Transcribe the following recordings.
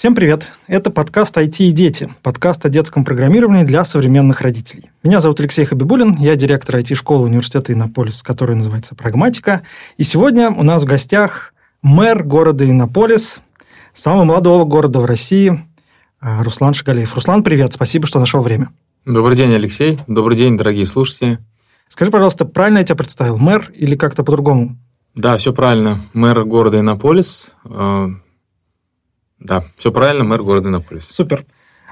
Всем привет! Это подкаст «IT и дети», подкаст о детском программировании для современных родителей. Меня зовут Алексей Хабибуллин, я директор IT-школы университета Иннополис, которая называется «Прагматика». И сегодня у нас в гостях мэр города Иннополис, самого молодого города в России, Руслан Шагалеев. Руслан, привет, спасибо, что нашел время. Добрый день, Алексей. Добрый день, дорогие слушатели. Скажи, пожалуйста, правильно я тебя представил, мэр или как-то по-другому? Да, все правильно. Мэр города Иннополис. Да, все правильно, мэр города Иннополис. Супер.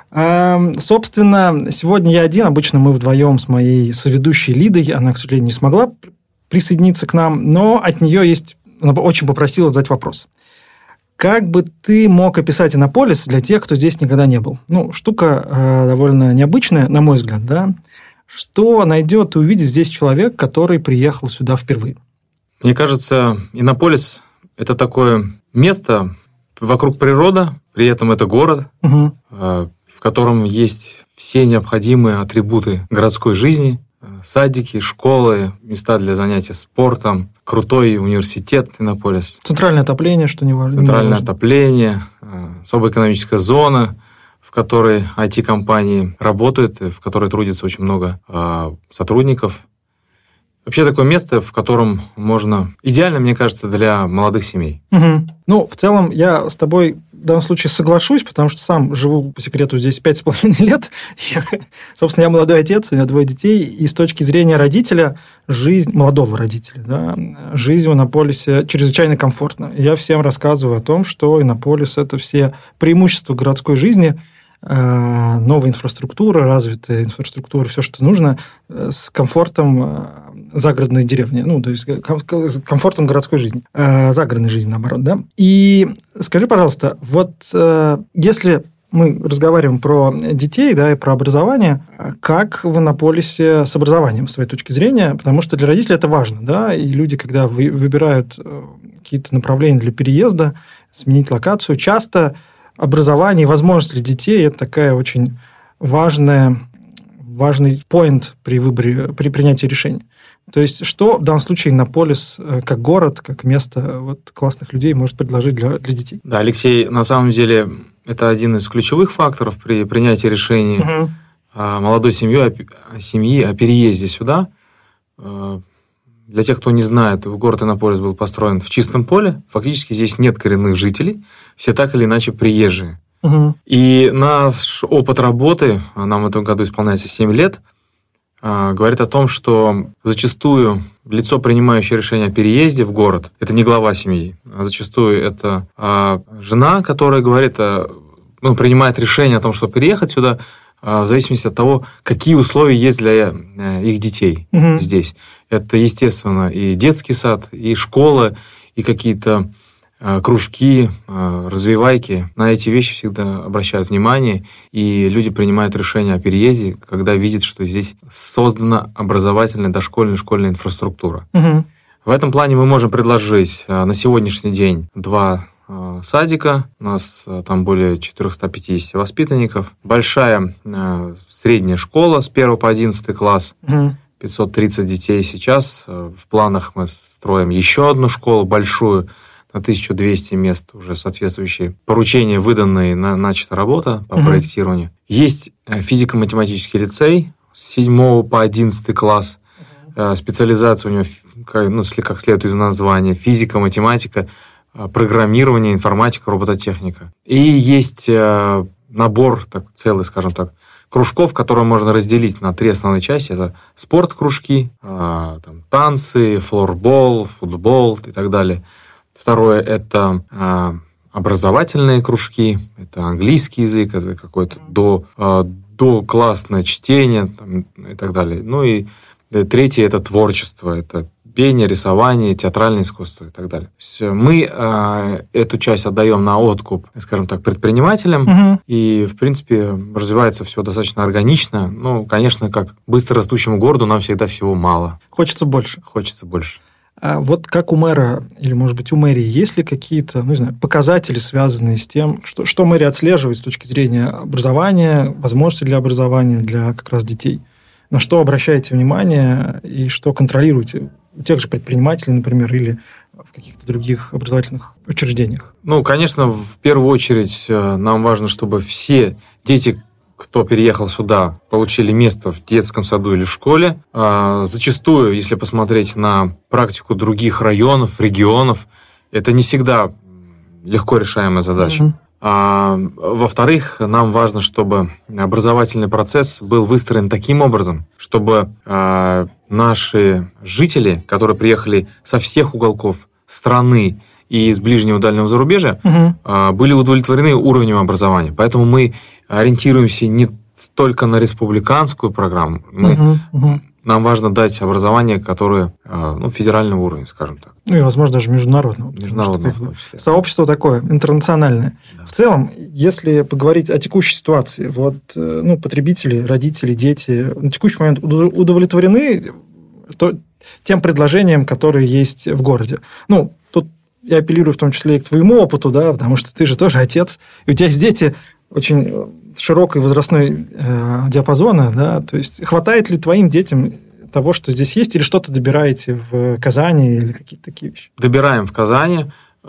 Собственно, сегодня я один, обычно мы вдвоем с моей соведущей Лидой, она, к сожалению, не смогла присоединиться к нам, но от нее есть, она очень попросила задать вопрос. Как бы ты мог описать Иннополис для тех, кто здесь никогда не был? Ну, штука довольно необычная, на мой взгляд, да? Что найдет и увидит здесь человек, который приехал сюда впервые? Мне кажется, Иннополис – это такое место, вокруг природа, при этом это город, в котором есть все необходимые атрибуты городской жизни. Садики, школы, места для занятия спортом, крутой университет Иннополис. Центральное отопление, что не важно. Центральное отопление, особая экономическая зона, в которой IT-компании работают, в которой трудится очень много сотрудников. Вообще такое место, в котором можно... Идеально, мне кажется, для молодых семей. Ну, в целом, я с тобой в данном случае соглашусь, потому что сам живу, по секрету, здесь 5,5 лет. Собственно, я молодой отец, у меня 2 детей. И с точки зрения родителя, жизнь молодого родителя, да, жизнь в Иннополисе чрезвычайно комфортна. Я всем рассказываю о том, что Иннополис – это все преимущества городской жизни, новая инфраструктура, развитая инфраструктура, все, что нужно, с комфортом загородной деревни, ну, то есть комфортом городской жизни, загородной жизни, наоборот, да. И скажи, пожалуйста, вот если мы разговариваем про детей, да, и про образование, как в Иннополисе с образованием, с твоей точки зрения, потому что для родителей это важно, да, и люди, когда выбирают какие-то направления для переезда, сменить локацию, часто образование и возможности для детей – это такая очень важный поинт при выборе, при принятии решений. То есть, что в данном случае Иннополис, как город, как место вот, классных людей, может предложить для детей? Да, Алексей, на самом деле, это один из ключевых факторов при принятии решения молодой семьи о переезде сюда. Для тех, кто не знает, город Иннополис был построен в чистом поле. Фактически здесь нет коренных жителей. Все так или иначе приезжие. И наш опыт работы, нам в этом году исполняется 7 лет, говорит о том, что зачастую лицо, принимающее решение о переезде в город, это не глава семьи. А зачастую это жена, которая говорит, принимает решение о том, что переехать сюда, в зависимости от того, какие условия есть для их детей здесь. Это, естественно, и детский сад, и школа, и какие-то кружки, развивайки. На эти вещи всегда обращают внимание, и люди принимают решение о переезде, когда видят, что здесь создана образовательная дошкольная школьная инфраструктура. В этом плане мы можем предложить на сегодняшний день 2 садика, у нас там более 450 воспитанников, большая средняя школа с 1 по 11 класс, 530 детей сейчас. В планах мы строим еще одну школу большую, на 1200 мест, уже соответствующие поручения выданные, начата работа по проектированию. Есть физико-математический лицей с 7 по 11 класс, специализация у него, как следует из названия, физика, математика, программирование, информатика, робототехника. И есть набор, целый, скажем так, кружков, которые можно разделить на 3 основные части. Это спорт-кружки, танцы, флорбол, футбол и так далее. Второе – это образовательные кружки, это английский язык, это какое-то доклассное чтение и так далее. Ну и третье – это творчество, это пение, рисование, театральное искусство и так далее. Мы эту часть отдаем на откуп, скажем так, предпринимателям, и, в принципе, развивается все достаточно органично. Ну, конечно, как быстро растущему городу нам всегда всего мало. Хочется больше. Хочется больше. А вот как у мэра, или, может быть, у мэрии, есть ли какие-то, показатели, связанные с тем, что мэрия отслеживает с точки зрения образования, возможностей для образования для как раз детей? На что обращаете внимание и что контролируете? У тех же предпринимателей, например, или в каких-то других образовательных учреждениях? Ну, конечно, в первую очередь нам важно, чтобы все дети, кто переехал сюда, получили место в детском саду или в школе. Зачастую, если посмотреть на практику других районов, регионов, это не всегда легко решаемая задача. Во-вторых, нам важно, чтобы образовательный процесс был выстроен таким образом, чтобы наши жители, которые приехали со всех уголков страны и из ближнего и дальнего зарубежья, были удовлетворены уровнем образования. Поэтому мы ориентируемся не столько на республиканскую программу. Нам важно дать образование, которое федерального уровня, скажем так. Ну и, возможно, даже международного. Международного, в том числе. Сообщество такое, интернациональное. Да. В целом, если поговорить о текущей ситуации, потребители, родители, дети на текущий момент удовлетворены тем предложениям, которые есть в городе. Тут я апеллирую в том числе и к твоему опыту, да, потому что ты же тоже отец, и у тебя есть дети очень широкой возрастной диапазона, да, то есть хватает ли твоим детям того, что здесь есть, или что-то добираете в Казани, или какие-то такие вещи? Добираем в Казани.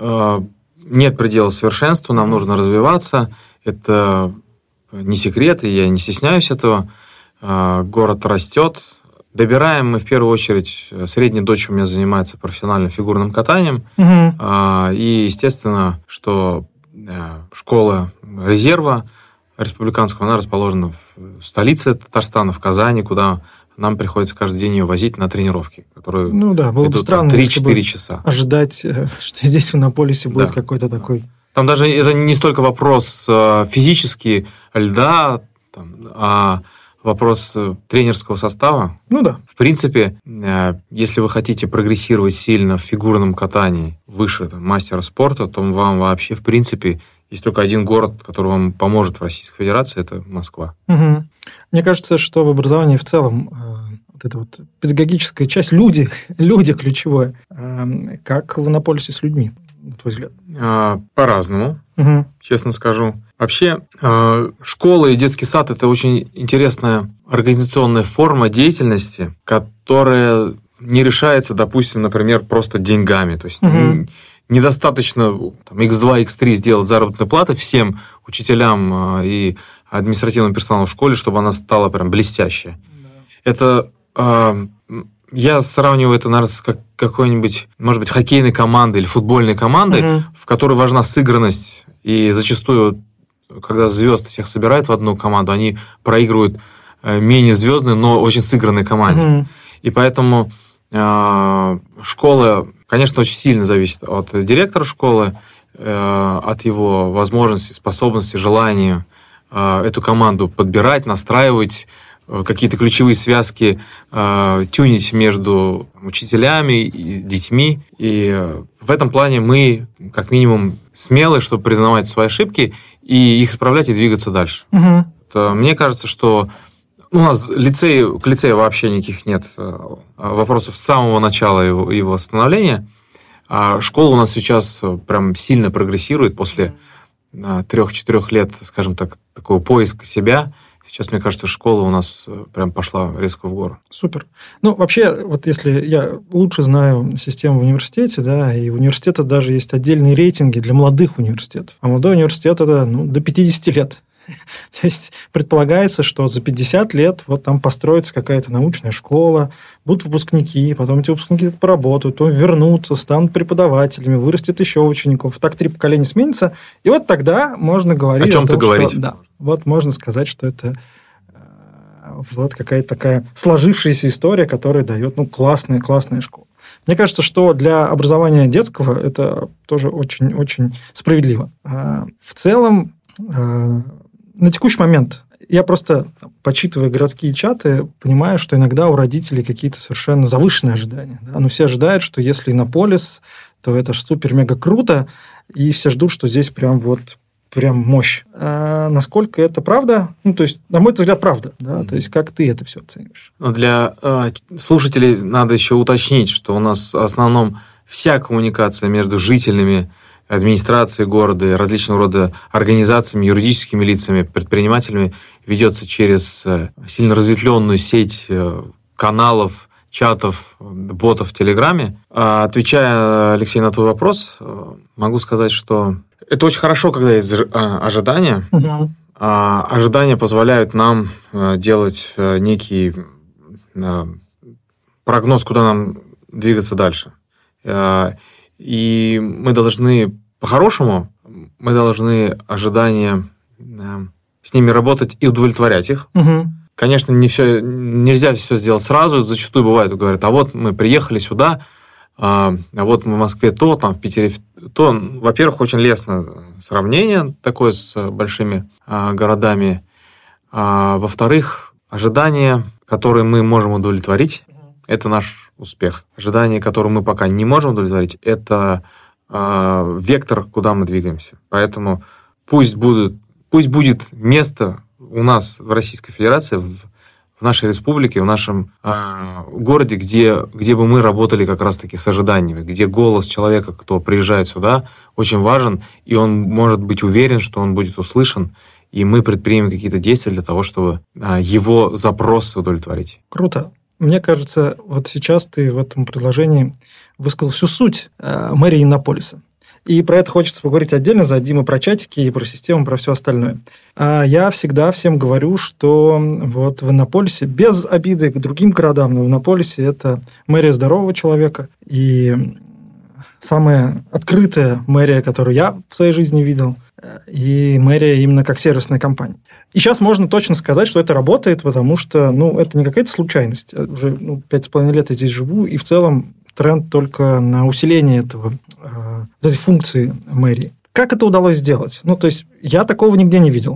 Нет предела совершенству, нам нужно развиваться. Это не секрет, и я не стесняюсь этого. Город растет. Добираем мы, в первую очередь, средняя дочь у меня занимается профессиональным фигурным катанием. И, естественно, что школа резерва республиканского, она расположена в столице Татарстана, в Казани, куда нам приходится каждый день ее возить на тренировки, которые было бы странно, 3-4 часа. Ожидать, что здесь в Иннополисе будет какой-то такой... Там даже это не столько вопрос физический льда, а вопрос тренерского состава. В принципе, если вы хотите прогрессировать сильно в фигурном катании выше мастера спорта, то вам вообще, в принципе, есть только один город, который вам поможет в Российской Федерации, это Москва. Мне кажется, что в образовании в целом эта педагогическая часть, люди ключевое. Как в Иннополисе с людьми, на твой взгляд? По-разному, честно скажу. Вообще, школа и детский сад – это очень интересная организационная форма деятельности, которая не решается, допустим, например, просто деньгами. То есть недостаточно X2, X3 сделать заработную плату всем учителям и административному персоналу в школе, чтобы она стала прям блестящая. Это я сравниваю это, наверное, с какой-нибудь, может быть, хоккейной командой или футбольной командой, в которой важна сыгранность. И зачастую, когда звезд всех собирают в одну команду, они проигрывают менее звездной, но очень сыгранной команде. И поэтому школа, конечно, очень сильно зависит от директора школы, от его возможностей, способностей, желания эту команду подбирать, настраивать, какие-то ключевые связки тюнить между учителями и детьми. И в этом плане мы, как минимум, смелы, чтобы признавать свои ошибки и их исправлять и двигаться дальше. Мне кажется, что у нас к лицею вообще никаких нет вопросов с самого начала его становления. А школа у нас сейчас прям сильно прогрессирует после 3-4 лет, скажем так, такого поиска себя. Сейчас, мне кажется, школа у нас прям пошла резко в гору. Супер. Вообще, если я лучше знаю систему в университете, да, и в университете даже есть отдельные рейтинги для молодых университетов. А молодой университет – это до 50 лет. То есть предполагается, что за 50 лет там построится какая-то научная школа, будут выпускники, потом эти выпускники поработают, потом вернутся, станут преподавателями, вырастет еще учеников. Так 3 поколения сменится. И тогда можно говорить о чем-то говорить. Можно сказать, что это какая-то такая сложившаяся история, которая дает классная школа. Мне кажется, что для образования детского это тоже очень-очень справедливо. В целом, на текущий момент я просто, почитывая городские чаты, понимаю, что иногда у родителей какие-то совершенно завышенные ожидания. Да? Все ожидают, что если Иннополис, то это же супер-мега круто, и все ждут, что здесь прям мощь. Насколько это правда? То есть, на мой взгляд, правда. Да? То есть, как ты это все оцениваешь? Для слушателей надо еще уточнить, что у нас в основном вся коммуникация между жителями, администрацией города и различного рода организациями, юридическими лицами, предпринимателями ведется через сильно разветвленную сеть каналов, чатов, ботов в Телеграме. Отвечая, Алексей, на твой вопрос, могу сказать, что это очень хорошо, когда есть ожидания. Ожидания позволяют нам делать некий прогноз, куда нам двигаться дальше. И мы должны, по-хорошему, ожидания с ними работать и удовлетворять их. Конечно, нельзя все сделать сразу. Зачастую бывает, говорят, а вот мы приехали сюда, а вот мы в Москве то, там в Питере то. Во-первых, очень лестно сравнение такое с большими городами. Во-вторых, ожидания, которые мы можем удовлетворить, это наш успех. Ожидания, которые мы пока не можем удовлетворить, это вектор, куда мы двигаемся. Поэтому пусть будет место у нас в Российской Федерации, в нашей республике, в нашем городе, где бы мы работали как раз-таки с ожиданиями, где голос человека, кто приезжает сюда, очень важен, и он может быть уверен, что он будет услышан, и мы предпримем какие-то действия для того, чтобы его запросы удовлетворить. Круто. Мне кажется, вот сейчас ты в этом предложении высказал всю суть мэрии Иннополиса. И про это хочется поговорить отдельно, зададим и про чатики, и про систему, про все остальное. А я всегда всем говорю, что вот в Иннополисе, без обиды к другим городам, но в Иннополисе это мэрия здорового человека и самая открытая мэрия, которую я в своей жизни видел, и мэрия именно как сервисная компания. И сейчас можно точно сказать, что это работает, потому что это не какая-то случайность. Уже 5,5 лет я здесь живу, и в целом тренд только на усиление этой функции мэрии. Как это удалось сделать? То есть, я такого нигде не видел.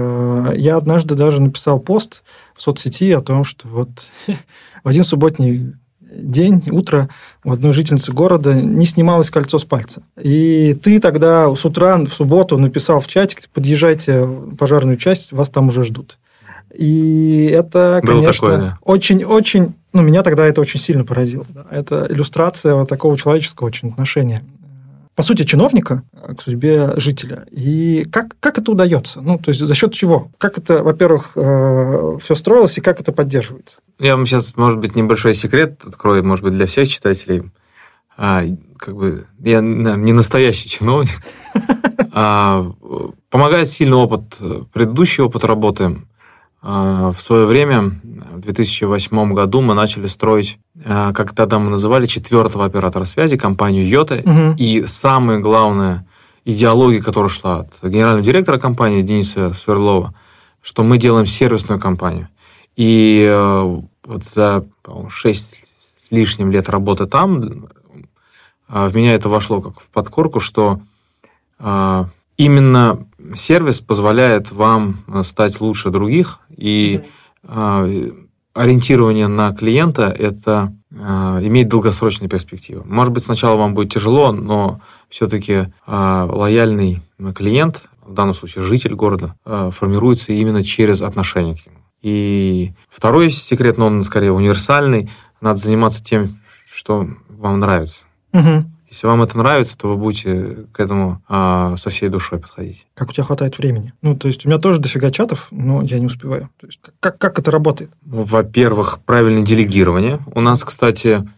Я однажды даже написал пост в соцсети о том, что вот в один субботний день, утро у одной жительницы города не снималось кольцо с пальца. И ты тогда с утра в субботу написал в чатик: подъезжайте в пожарную часть, вас там уже ждут. И это, конечно, такое, да. Очень-очень... меня тогда это очень сильно поразило. Да. Это иллюстрация вот такого человеческого очень отношения. По сути, чиновника к судьбе жителя. И как это удается? То есть, за счет чего? Как это, во-первых, все строилось, и как это поддерживается? Я вам сейчас, может быть, небольшой секрет открою, может быть, для всех читателей. Я не настоящий чиновник. Помогает сильный опыт, предыдущий опыт работы. В свое время, в 2008 году, мы начали строить, как тогда мы называли, 4-го оператора связи, компанию Йота. И самая главная идеология, которая шла от генерального директора компании Дениса Свердлова, что мы делаем сервисную компанию. И вот за 6 с лишним лет работы там в меня это вошло как в подкорку, что именно сервис позволяет вам стать лучше других, и ориентирование на клиента – это имеет долгосрочные перспективы. Может быть, сначала вам будет тяжело, но все-таки лояльный клиент, в данном случае житель города, формируется именно через отношение к нему. И второй секрет, но он скорее универсальный, надо заниматься тем, что вам нравится. Если вам это нравится, то вы будете к этому со всей душой подходить. Как у тебя хватает времени? То есть, у меня тоже дофига чатов, но я не успеваю. То есть, как это работает? Во-первых, правильное делегирование. У нас, кстати,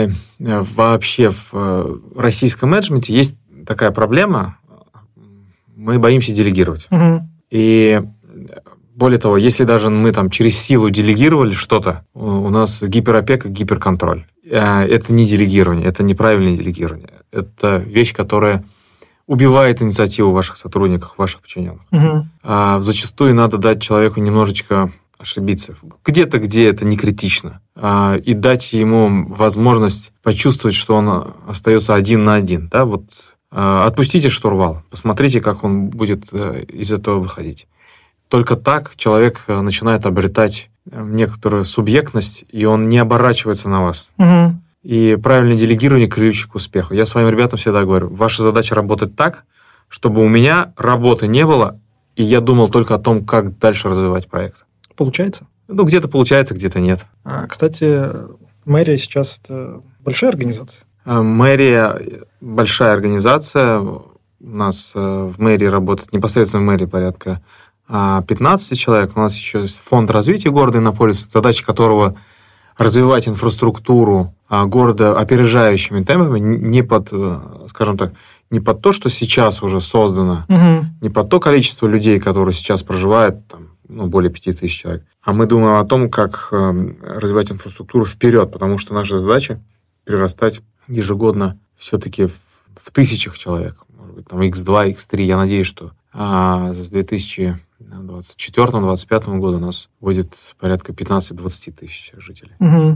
вообще в российском менеджменте есть такая проблема. Мы боимся делегировать. И более того, если даже мы там через силу делегировали что-то, у нас гиперопека, гиперконтроль. Это не делегирование, это неправильное делегирование. Это вещь, которая убивает инициативу ваших сотрудников, ваших подчиненных. Зачастую надо дать человеку немножечко ошибиться. Где-то, где это не критично. И дать ему возможность почувствовать, что он остается один на один. Да? Вот, отпустите штурвал, посмотрите, как он будет из этого выходить. Только так человек начинает обретать некоторую субъектность, и он не оборачивается на вас. И правильное делегирование – ключ к успеху. Я своим ребятам всегда говорю, ваша задача работать так, чтобы у меня работы не было, и я думал только о том, как дальше развивать проект. Получается? Где-то получается, где-то нет. Кстати, мэрия сейчас – это большая организация? Мэрия – большая организация. У нас в мэрии работает, непосредственно в мэрии порядка 15 человек. У нас еще есть фонд развития города Иннополис, задача которого развивать инфраструктуру города опережающими темпами, не под, скажем так, не под то, что сейчас уже создано, не под то количество людей, которые сейчас проживают, там, более 5000 человек, а мы думаем о том, как развивать инфраструктуру вперед, потому что наша задача прирастать ежегодно все-таки в тысячах человек, может быть, там X2, X3. Я надеюсь, что с 2024-2025 года у нас будет порядка 15-20 тысяч жителей.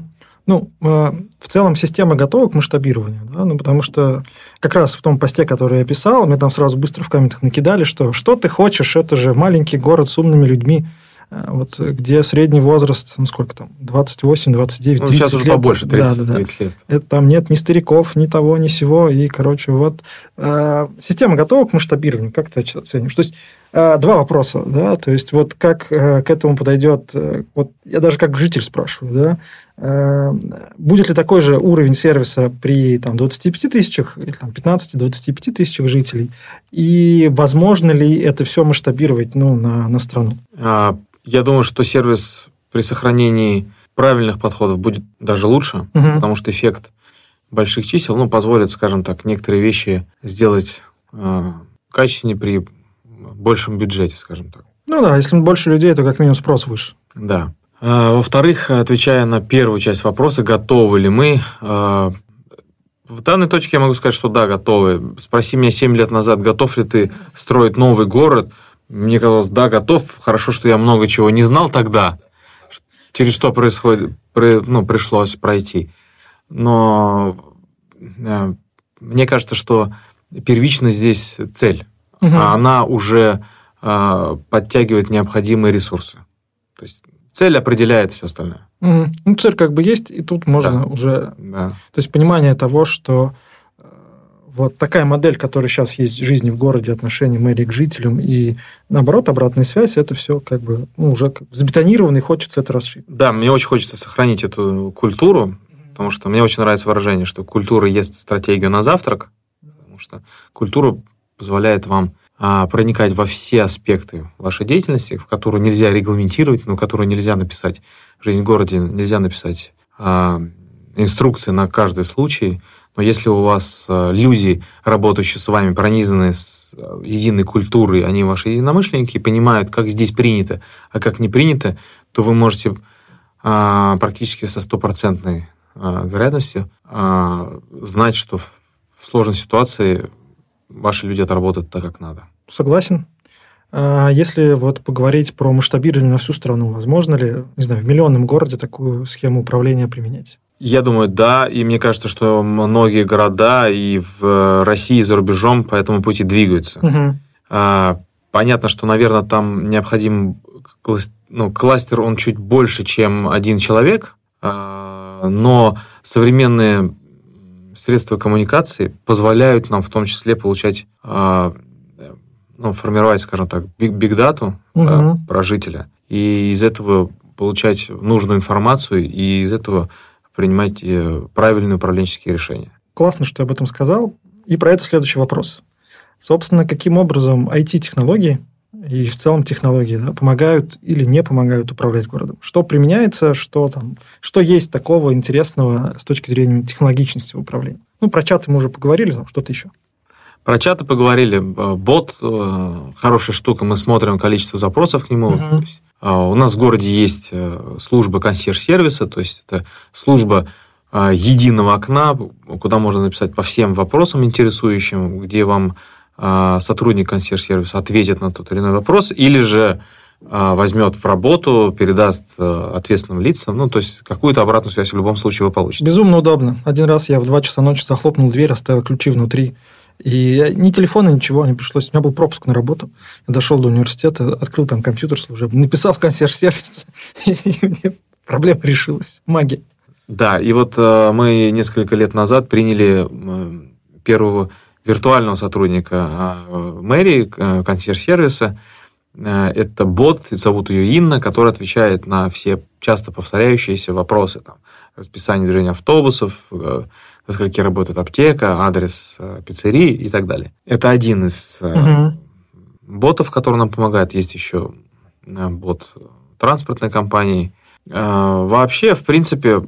В целом система готова к масштабированию, да? Потому что как раз в том посте, который я писал, мне там сразу быстро в комментах накидали, что ты хочешь, это же маленький город с умными людьми, вот, где средний возраст, сколько там, 28, 29, 30 сейчас уже лет. Побольше, 30 лет. Это, там нет ни стариков, ни того, ни сего. И, система готова к масштабированию. Как ты оценишь? То есть, два вопроса. Да? То есть, вот как к этому подойдет... Вот я даже как житель спрашиваю. Да? Будет ли такой же уровень сервиса при 25 тысячах или 15-25 тысячах жителей? И возможно ли это все масштабировать на страну? Я думаю, что сервис при сохранении правильных подходов будет даже лучше, потому что эффект больших чисел позволит, скажем так, некоторые вещи сделать качественнее при большем бюджете, скажем так. Если больше людей, то как минимум спрос выше. Да. Во-вторых, отвечая на первую часть вопроса, готовы ли мы... В данной точке я могу сказать, что да, готовы. Спроси меня 7 лет назад, готов ли ты строить новый город? Мне казалось, да, готов. Хорошо, что я много чего не знал тогда, через что пришлось пройти. Но мне кажется, что первично здесь цель. А она уже подтягивает необходимые ресурсы. То есть цель определяет все остальное. Цель есть, и тут можно уже... Да. То есть понимание того, что вот такая модель, которая сейчас есть в жизни в городе, отношение мэрии к жителям, и наоборот, обратная связь, это все уже забетонировано, и хочется это расширить. Да, мне очень хочется сохранить эту культуру, потому что мне очень нравится выражение, что культура ест стратегию на завтрак, потому что культура позволяет вам проникать во все аспекты вашей деятельности, в которую нельзя регламентировать, но которую нельзя написать. Жизнь в городе нельзя написать инструкции на каждый случай, но если у вас люди, работающие с вами, пронизаны с единой культурой, они ваши единомышленники, понимают, как здесь принято, а как не принято, то вы можете практически со 100% вероятностью знать, что в сложной ситуации ваши люди отработают так, как надо. Согласен. Если поговорить про масштабирование на всю страну, возможно ли, в миллионном городе такую схему управления применять? Я думаю, да, и мне кажется, что многие города и в России, и за рубежом по этому пути двигаются. Понятно, что, наверное, там необходим кластер, он чуть больше, чем один человек, но современные средства коммуникации позволяют нам в том числе получать, формировать, скажем так, биг-дату про жителя, и из этого получать нужную информацию, и из этого принимать правильные управленческие решения. Классно, что ты об этом сказал. И про это следующий вопрос. Собственно, каким образом IT-технологии и в целом технологии помогают или не помогают управлять городом? Что применяется, что есть такого интересного с точки зрения технологичности управления? Про чаты мы уже поговорили, что-то еще. Про чаты поговорили. Бот – хорошая штука, мы смотрим количество запросов к нему. То есть, у нас в городе есть служба консьерж-сервиса, то есть это служба единого окна, куда можно написать по всем вопросам интересующим, где вам сотрудник консьерж-сервиса ответит на тот или иной вопрос, или же возьмет в работу, передаст ответственным лицам, то есть какую-то обратную связь в любом случае вы получите. Безумно удобно. Один раз я в 2 часа ночи захлопнул дверь, оставил ключи внутри, и ни телефона, ничего не пришлось. У меня был пропуск на работу. Я дошел до университета, открыл там компьютер служебный, написал в консьерж-сервис, и мне проблема решилась. Магия. Да, и мы несколько лет назад приняли первого виртуального сотрудника мэрии, консьерж-сервиса. Это бот, зовут ее Инна, которая отвечает на все часто повторяющиеся вопросы. Расписание движения автобусов, во скольки работает аптека, адрес пиццерии и так далее. Это один из ботов, который нам помогает. Есть еще бот транспортной компании. Вообще, в принципе,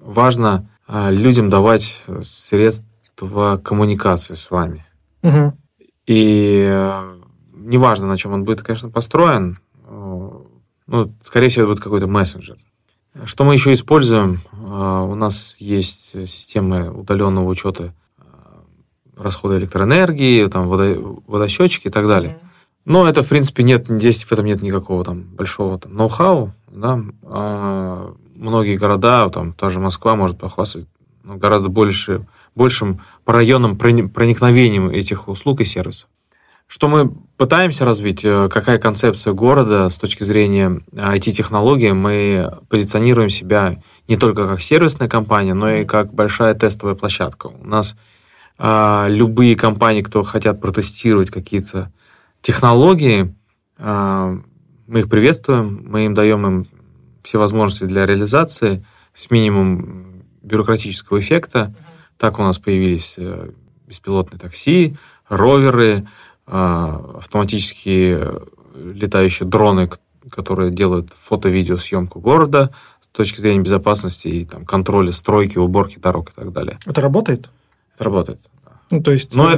важно людям давать средства коммуникации с вами. Угу. И неважно, на чем он будет, конечно, построен, скорее всего, это будет какой-то мессенджер. Что мы еще используем? У нас есть системы удаленного учета расхода электроэнергии, там, водосчетчики и так далее. Но это, в принципе, здесь в этом нет никакого там большого ноу-хау. Да? Многие города, там, та же Москва, может похвастать гораздо большим по районам проникновением этих услуг и сервисов. Что мы пытаемся развить, какая концепция города с точки зрения IT-технологий, мы позиционируем себя не только как сервисная компания, но и как большая тестовая площадка. У нас любые компании, кто хотят протестировать какие-то технологии, мы их приветствуем, мы им даем им все возможности для реализации с минимумом бюрократического эффекта. Так у нас появились беспилотные такси, роверы, автоматические летающие дроны, которые делают фото-видеосъемку города с точки зрения безопасности и там, контроля стройки, уборки дорог и так далее. Это работает? Это работает. То есть... Но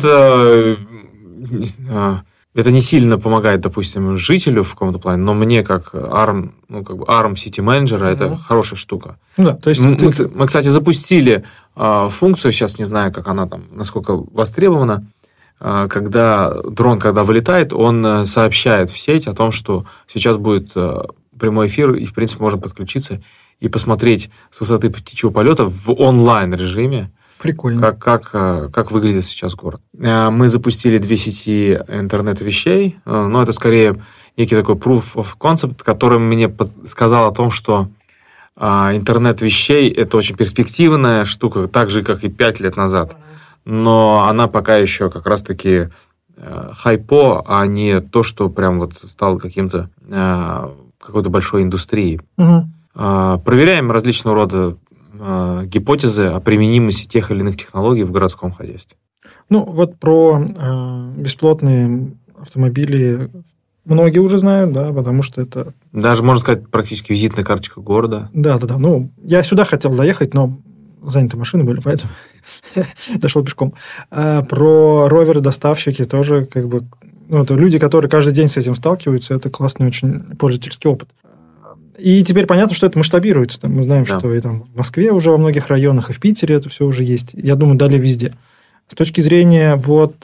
это не сильно помогает, допустим, жителю в каком-то плане, но мне как ARM City Manager это хорошая штука. Да, то есть мы, кстати, запустили функцию, сейчас не знаю, как она там, насколько востребована, когда дрон, когда вылетает, он сообщает в сеть о том, что сейчас будет прямой эфир, и, в принципе, можно подключиться и посмотреть с высоты птичьего полета в онлайн-режиме, прикольно. Как выглядит сейчас город. Мы запустили 2 сети интернета вещей, но это скорее некий такой proof of concept, который мне сказал о том, что интернет вещей – это очень перспективная штука, так же, как и 5 лет назад. Но она пока еще как раз-таки хайпо, а не то, что прям вот стало какой-то большой индустрией. Угу. Проверяем различного рода гипотезы о применимости тех или иных технологий в городском хозяйстве. Вот про беспилотные автомобили многие уже знают, да, потому что это... Даже, можно сказать, практически визитная карточка города. Да. Я сюда хотел доехать, но заняты машины были, поэтому дошел пешком. Про роверы-доставщики тоже это люди, которые каждый день с этим сталкиваются, это классный очень пользовательский опыт. И теперь понятно, что это масштабируется. Мы знаем, что и там в Москве уже во многих районах, и в Питере это все уже есть. Я думаю, далее везде. С точки зрения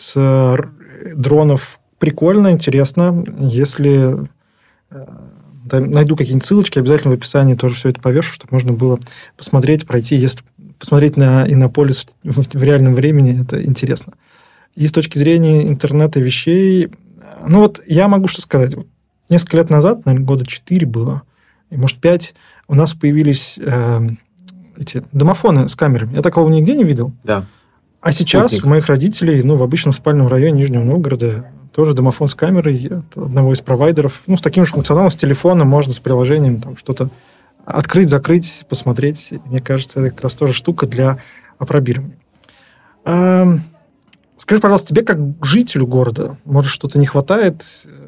дронов прикольно, интересно. Если найду какие-нибудь ссылочки, обязательно в описании тоже все это повешу, чтобы можно было посмотреть, пройти. Если посмотреть на Иннополис в реальном времени, это интересно. И с точки зрения интернета вещей, я могу что сказать. Несколько лет назад, наверное, года 4 было, и, может, 5, у нас появились эти домофоны с камерами. Я такого нигде не видел. Да. А сейчас у моих родителей, в обычном спальном районе Нижнего Новгорода, тоже домофон с камерой от одного из провайдеров. С таким же функционалом, с телефона можно с приложением там что-то открыть, закрыть, посмотреть. Мне кажется, это как раз тоже штука для опробирования. Скажи, пожалуйста, тебе как жителю города, может, что-то не хватает?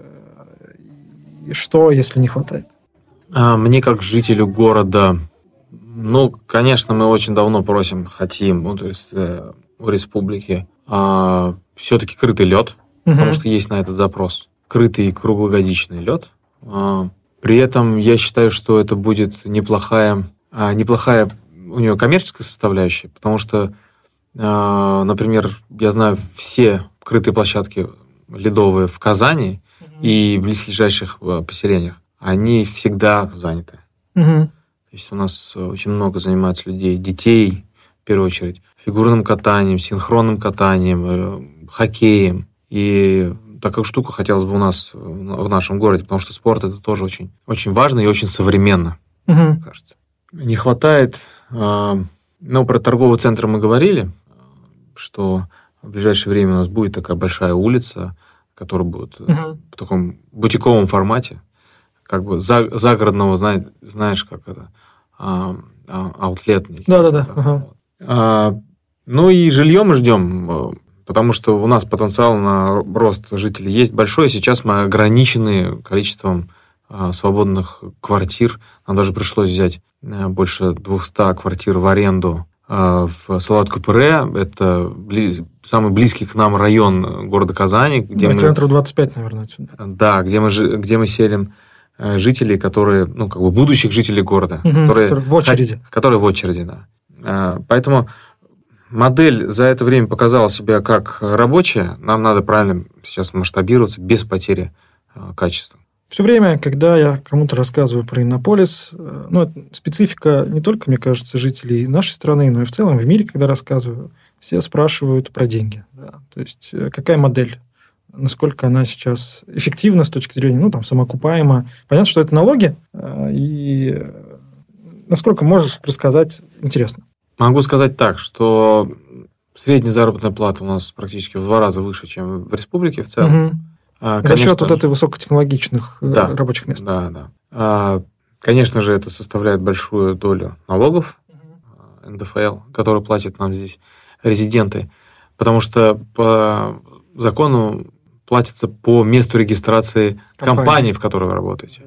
И что, если не хватает? Мне как жителю города, конечно, мы очень давно хотим, у республики все-таки крытый лед, потому что есть на этот запрос. Крытый круглогодичный лед. При этом я считаю, что это будет неплохая у нее коммерческая составляющая, потому что, например, я знаю все крытые площадки ледовые в Казани и близлежащих поселениях. Они всегда заняты. То есть у нас очень много занимается людей, детей, в первую очередь, фигурным катанием, синхронным катанием, хоккеем. И такую штуку хотелось бы у нас в нашем городе, потому что спорт это тоже очень, очень важно и очень современно, мне кажется. Не хватает... про торговые центры мы говорили, что в ближайшее время у нас будет такая большая улица, которая будет в таком бутиковом формате, загородного, знаешь, как это, аутлетный. Да. И жилье мы ждем, потому что у нас потенциал на рост жителей есть большой. Сейчас мы ограничены количеством свободных квартир. Нам даже пришлось взять больше 200 квартир в аренду в Салават-Купре. Это самый близкий к нам район города Казани. Где километров 25, наверное, отсюда. Да, где мы селим жителей, которые, будущих жителей города. Которые в очереди. Которые в очереди, да. Поэтому модель за это время показала себя как рабочая. Нам надо правильно сейчас масштабироваться без потери качества. Все время, когда я кому-то рассказываю про Иннополис, специфика не только, мне кажется, жителей нашей страны, но и в целом в мире, когда рассказываю, все спрашивают про деньги. Да. То есть, какая модель, насколько она сейчас эффективна с точки зрения, самоокупаема. Понятно, что это налоги, и насколько можешь рассказать, интересно. Могу сказать так, что средняя заработная плата у нас практически в 2 раза выше, чем в республике в целом. За счет этой высокотехнологичных рабочих мест. Да. Конечно же, это составляет большую долю налогов НДФЛ, которые платят нам здесь резиденты, потому что по закону платится по месту регистрации компании, в которой вы работаете.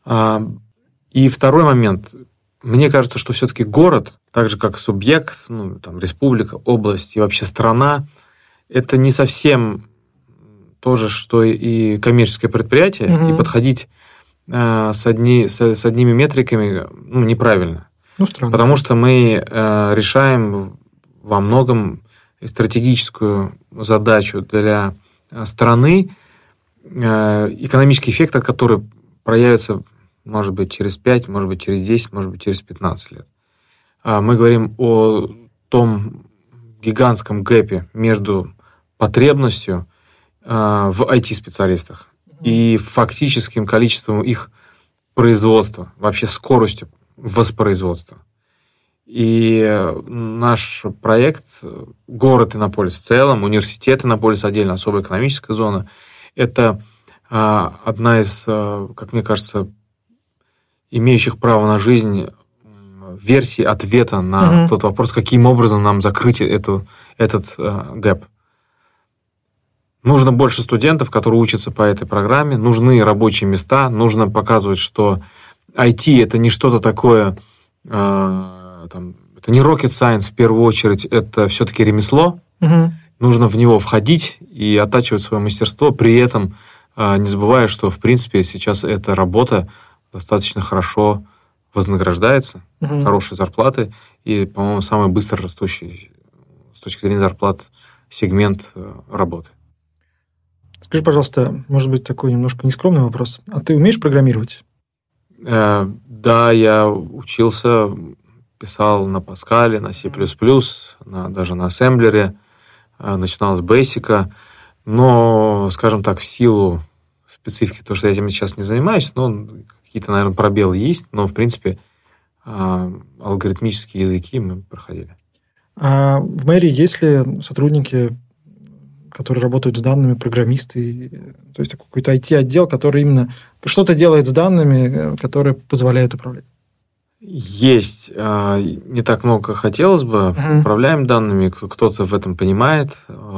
И второй момент. Мне кажется, что все-таки город, так же как субъект, республика, область и вообще страна, это не совсем то же, что и коммерческое предприятие, и подходить с одними метриками неправильно. Странно. Потому что мы решаем во многом стратегическую задачу для страны, экономический эффект от которой проявится, может быть, через 5, может быть, через 10, может быть, через 15 лет. Мы говорим о том гигантском гэпе между потребностью в IT-специалистах и фактическим количеством их производства, вообще скоростью воспроизводства. И наш проект, город Иннополис в целом, университет Иннополис отдельно, особая экономическая зона, это одна из, как мне кажется, имеющих право на жизнь версий ответа на тот вопрос, каким образом нам закрыть этот гэп. Нужно больше студентов, которые учатся по этой программе, нужны рабочие места, нужно показывать, что IT – это не что-то такое, это не rocket science в первую очередь, это все-таки ремесло. Нужно в него входить и оттачивать свое мастерство, при этом не забывая, что, в принципе, сейчас эта работа достаточно хорошо вознаграждается, хорошие зарплаты и, по-моему, самый быстро растущий с точки зрения зарплат сегмент работы. Скажи, пожалуйста, может быть, такой немножко нескромный вопрос. А ты умеешь программировать? Да, я учился, писал на Паскале, на C++, даже на ассемблере, начинал с Basic, но, скажем так, в силу специфики, то, что я этим сейчас не занимаюсь, какие-то, наверное, пробелы есть, но, в принципе, алгоритмические языки мы проходили. А в мэрии есть ли сотрудники, которые работают с данными, программисты, то есть какой-то IT-отдел, который именно что-то делает с данными, которые позволяют управлять? Есть. Не так много хотелось бы. Управляем данными, кто-то в этом понимает,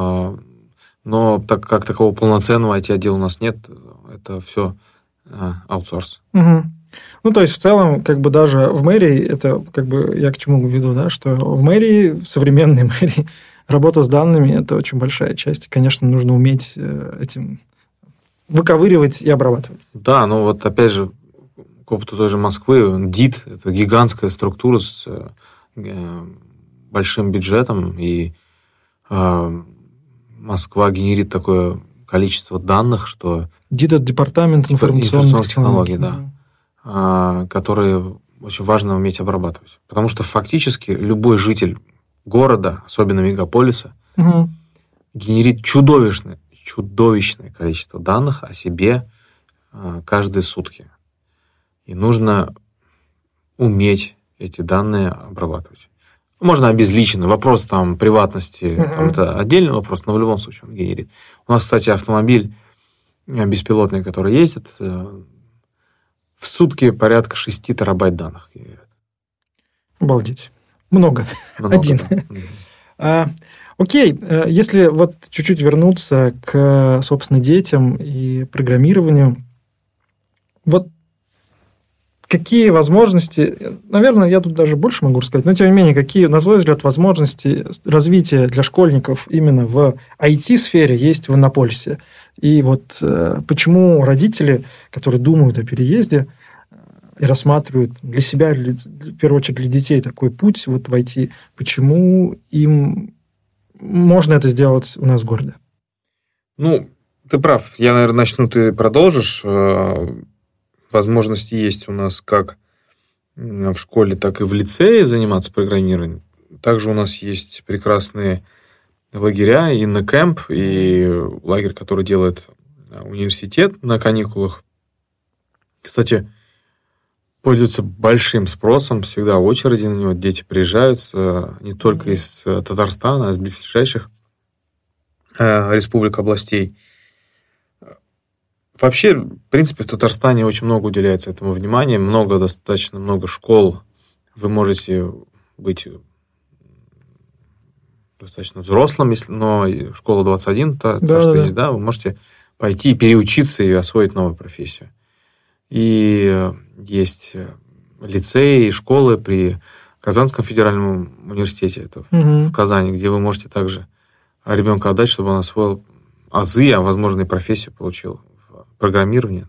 но так как такого полноценного IT-отдела у нас нет, это все аутсорс. То есть, в целом, даже в мэрии, это я к чему веду, да, что в мэрии, в современной мэрии, работа с данными – это очень большая часть. И, конечно, нужно уметь этим выковыривать и обрабатывать. Да, опять же, к опыту той же Москвы, ДИТ – это гигантская структура с большим бюджетом, и Москва генерит такое количество данных, что... ДИТ – это департамент информационных технологий, да, которые очень важно уметь обрабатывать. Потому что фактически любой житель города, особенно мегаполиса, генерит чудовищное количество данных о себе каждые сутки. И нужно уметь эти данные обрабатывать. Можно обезличенно. Вопрос приватности, это отдельный вопрос, но в любом случае он генерит. У нас, кстати, автомобиль беспилотный, который ездит, в сутки порядка 6 терабайт данных генерирует. Обалдеть. Много. Один. Да. Окей, если чуть-чуть вернуться к, собственно, детям и программированию, какие возможности, наверное, я тут даже больше могу рассказать, но тем не менее, какие, на твой взгляд, возможности развития для школьников именно в IT-сфере есть в Иннополисе? И вот почему родители, которые думают о переезде и рассматривают для себя, в первую очередь для детей такой путь вот в IT, почему им можно это сделать у нас в городе? Ну, ты прав. Я, наверное, начну, ты продолжишь. Возможности есть у нас как в школе, так и в лицее заниматься программированием. Также у нас есть прекрасные лагеря, и Иннокэмп, и лагерь, который делает университет на каникулах. Кстати, пользуется большим спросом, всегда очереди на него. Дети приезжают не только из Татарстана, а из близлежащих республик, областей. Вообще, в принципе, в Татарстане очень много уделяется этому внимания, достаточно много школ. Вы можете быть достаточно взрослым, но школа 21, что есть, да, вы можете пойти и переучиться и освоить новую профессию. И есть лицеи и школы при Казанском федеральном университете, это в Казани, где вы можете также ребенка отдать, чтобы он освоил азы, а возможно и профессию получил в программировании.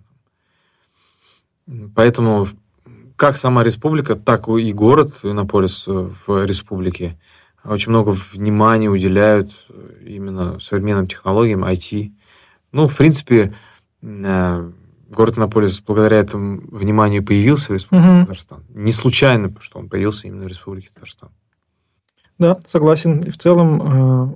Поэтому как сама республика, так и город Иннополис в республике очень много внимания уделяют именно современным технологиям, IT. Ну, в принципе, город Иннополис благодаря этому вниманию появился в Республике Татарстан. Не случайно, что он появился именно в Республике Татарстан. Да, согласен. И в целом,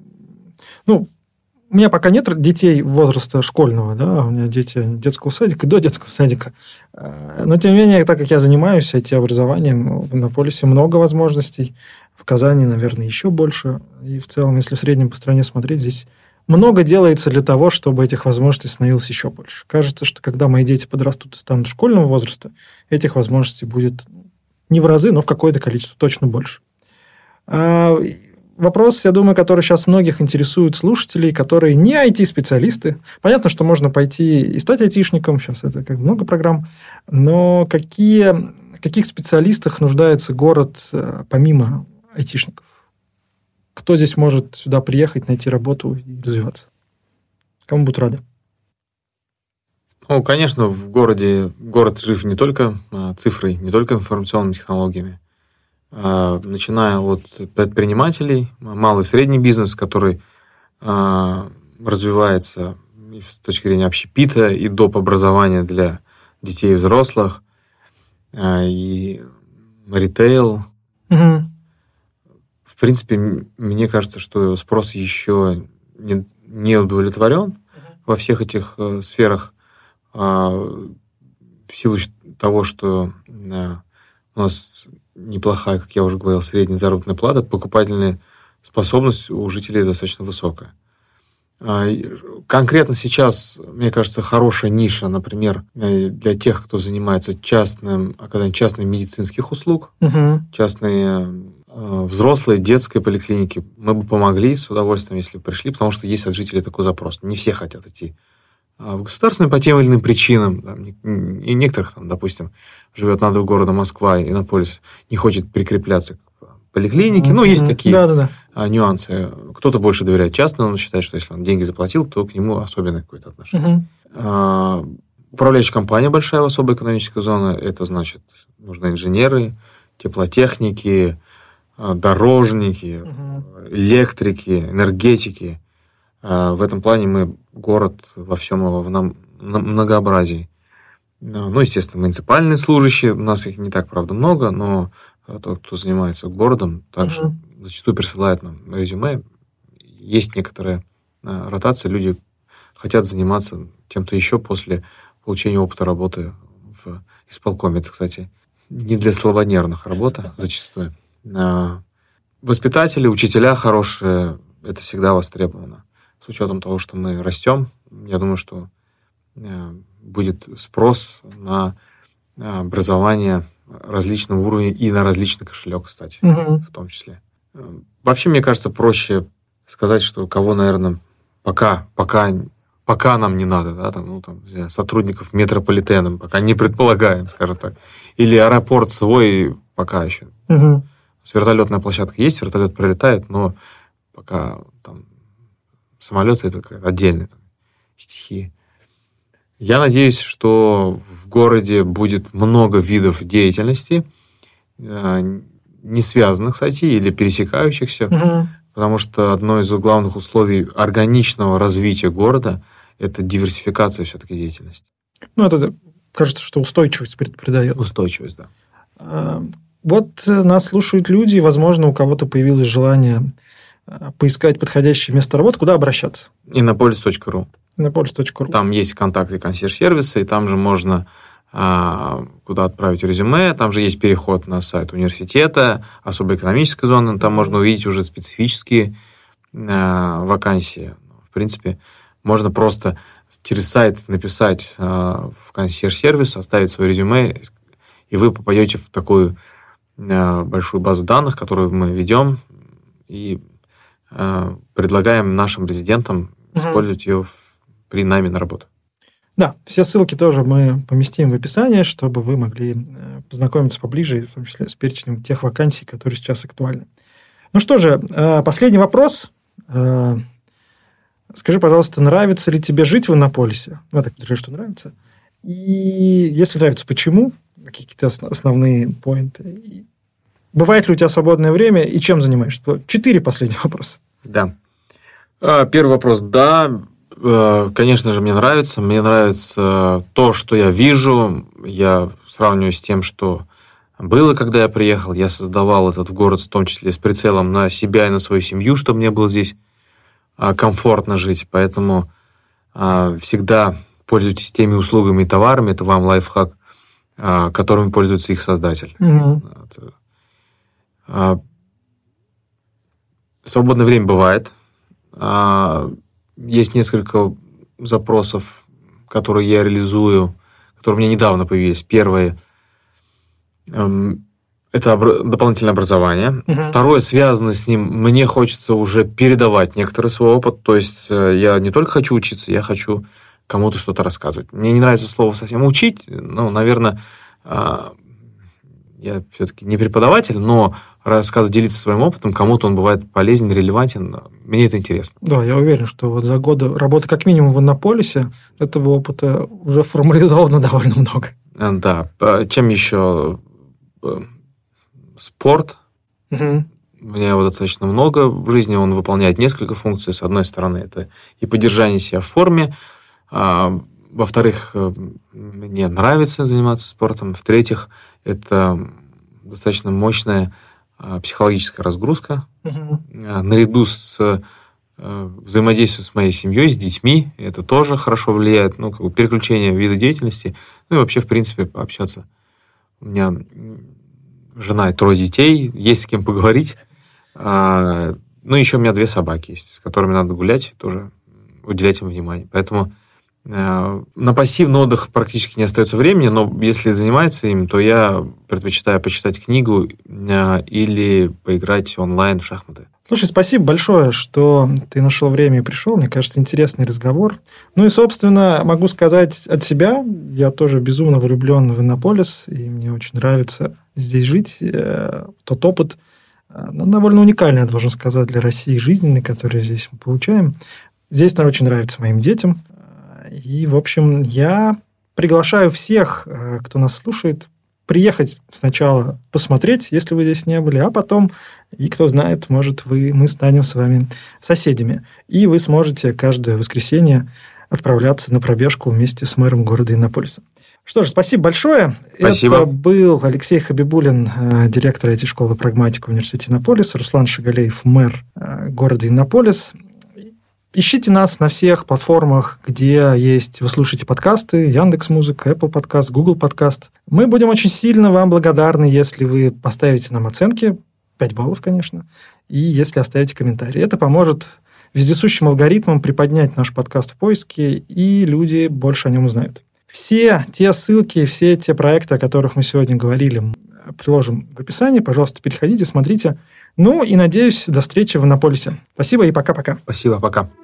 у меня пока нет детей возраста школьного, да, у меня дети детского садика, до детского садика. Но, тем не менее, так как я занимаюсь IT-образованием, в Иннополисе много возможностей. В Казани, наверное, еще больше. И в целом, если в среднем по стране смотреть, здесь много делается для того, чтобы этих возможностей становилось еще больше. Кажется, что когда мои дети подрастут и станут школьного возраста, этих возможностей будет не в разы, но в какое-то количество точно больше. Вопрос, я думаю, который сейчас многих интересует слушателей, которые не IT-специалисты. Понятно, что можно пойти и стать айтишником, сейчас это как много программ, но каких специалистах нуждается город помимо айтишников? Кто здесь может сюда приехать, найти работу и развиваться? Кому будут рады? Ну, конечно, город жив не только цифрой, не только информационными технологиями. Начиная от предпринимателей, малый и средний бизнес, который развивается с точки зрения общепита и доп. Образования для детей и взрослых, и ритейл. В принципе, мне кажется, что спрос еще не удовлетворен во всех этих сферах в силу того, что у нас неплохая, как я уже говорил, средняя заработная плата, покупательная способность у жителей достаточно высокая. Конкретно сейчас, мне кажется, хорошая ниша, например, для тех, кто занимается оказанием частных медицинских услуг, частные взрослые, детской поликлиники. Мы бы помогли с удовольствием, если бы пришли, потому что есть от жителей такой запрос. Не все хотят идти в государственную по тем или иным причинам. И некоторых, допустим, живет над городом Москва, и Иннополис не хочет прикрепляться к поликлинике. Ну, есть такие нюансы. Кто-то больше доверяет частному, он считает, что если он деньги заплатил, то к нему особенное какое-то отношение. Управляющая компания большая в особой экономической зоне, это значит, нужны инженеры, теплотехники, дорожники, электрики, энергетики. В этом плане мы город во всем его многообразии. Ну, естественно, муниципальные служащие, у нас их не так, правда, много, но тот, кто занимается городом, также зачастую присылает нам резюме. Есть некоторая ротация, люди хотят заниматься чем-то еще после получения опыта работы в исполкоме. Это, кстати, не для слабонервных работа зачастую. Воспитатели, учителя хорошие, это всегда востребовано. С учетом того, что мы растем, я думаю, что будет спрос на образование различного уровня и на различный кошелек, кстати, в том числе. Вообще, мне кажется, проще сказать, что кого, наверное, пока пока нам не надо, да, сотрудников метрополитена, пока не предполагаем, скажем так. Или аэропорт свой пока еще. Угу. Вертолетная площадка есть, вертолет пролетает, но пока там самолеты это отдельная стихия. Я надеюсь, что в городе будет много видов деятельности, не связанных с IT или пересекающихся, потому что одно из главных условий органичного развития города – это диверсификация все-таки деятельности. Это, кажется, что устойчивость придает. Устойчивость, да. Вот нас слушают люди, и, возможно, у кого-то появилось желание поискать подходящее место работы. Куда обращаться? Innopolis.ru. Innopolis.ru. Там есть контакты консьерж-сервиса, и там же можно куда отправить резюме. Там же есть переход на сайт университета, особой экономической зоны. Там можно увидеть уже специфические вакансии. В принципе, можно просто через сайт написать в консьерж-сервис, оставить свое резюме, и вы попадете в такую большую базу данных, которую мы ведем, и предлагаем нашим резидентам использовать ее при найме на работу. Да, все ссылки тоже мы поместим в описании, чтобы вы могли познакомиться поближе, в том числе с перечнем тех вакансий, которые сейчас актуальны. Ну что же, последний вопрос. Скажи, пожалуйста, нравится ли тебе жить в Иннополисе? Я так подозреваю, что нравится. И если нравится, почему? Какие-то основные поинты? Бывает ли у тебя свободное время и чем занимаешься? 4 последних вопроса. Да. Первый вопрос. Да, конечно же, мне нравится. Мне нравится то, что я вижу. Я сравниваю с тем, что было, когда я приехал. Я создавал этот город, в том числе с прицелом на себя и на свою семью, чтобы мне было здесь комфортно жить. Поэтому всегда пользуйтесь теми услугами и товарами. Это вам лайфхак, которыми пользуется их создатель. Свободное время бывает. Есть несколько запросов, которые я реализую, которые у меня недавно появились. Первое – это дополнительное образование. Второе, связано с ним, мне хочется уже передавать некоторый свой опыт. То есть я не только хочу учиться, я хочу кому-то что-то рассказывать. Мне не нравится слово совсем «учить». Наверное, я все-таки не преподаватель, но рассказывать, делиться своим опытом, кому-то он бывает полезен, релевантен. Мне это интересно. Да, я уверен, что вот за годы работы как минимум в Иннополисе этого опыта уже формализовано довольно много. Да. Чем еще? Спорт. У меня его достаточно много в жизни. Он выполняет несколько функций. С одной стороны, это и поддержание себя в форме. Во-вторых, мне нравится заниматься спортом. В-третьих, это достаточно мощная психологическая разгрузка. Наряду с взаимодействием с моей семьей, с детьми, это тоже хорошо влияет. Переключение вида деятельности. И вообще, в принципе, пообщаться. У меня жена и 3 детей, есть с кем поговорить. Еще у меня 2 собаки есть, с которыми надо гулять, тоже уделять им внимание. Поэтому на пассивный отдых практически не остается времени, но если заниматься им, то я предпочитаю почитать книгу или поиграть онлайн в шахматы. Слушай, спасибо большое, что ты нашел время и пришел. Мне кажется, интересный разговор. И, собственно, могу сказать от себя, я тоже безумно влюблен в Иннополис, и мне очень нравится здесь жить. Тот опыт довольно уникальный, я должен сказать, для России жизненный, который здесь мы получаем. Здесь, наверное, очень нравится моим детям. И, в общем, я приглашаю всех, кто нас слушает, приехать сначала посмотреть, если вы здесь не были, а потом, и кто знает, может, мы станем с вами соседями. И вы сможете каждое воскресенье отправляться на пробежку вместе с мэром города Иннополиса. Что ж, спасибо большое. Спасибо. Это был Алексей Хабибуллин, директор IT-школы «Прагматика» университета Иннополис, Руслан Шагалеев, мэр города Иннополис. Ищите нас на всех платформах, где есть, вы слушаете подкасты, Яндекс.Музыка, Apple Podcast, Google Podcast. Мы будем очень сильно вам благодарны, если вы поставите нам оценки, 5 баллов, конечно, и если оставите комментарий. Это поможет вездесущим алгоритмам приподнять наш подкаст в поиске, и люди больше о нем узнают. Все те ссылки, все те проекты, о которых мы сегодня говорили, приложим в описании. Пожалуйста, переходите, смотрите. И надеюсь, до встречи в Иннополисе. Спасибо и пока-пока. Спасибо, пока.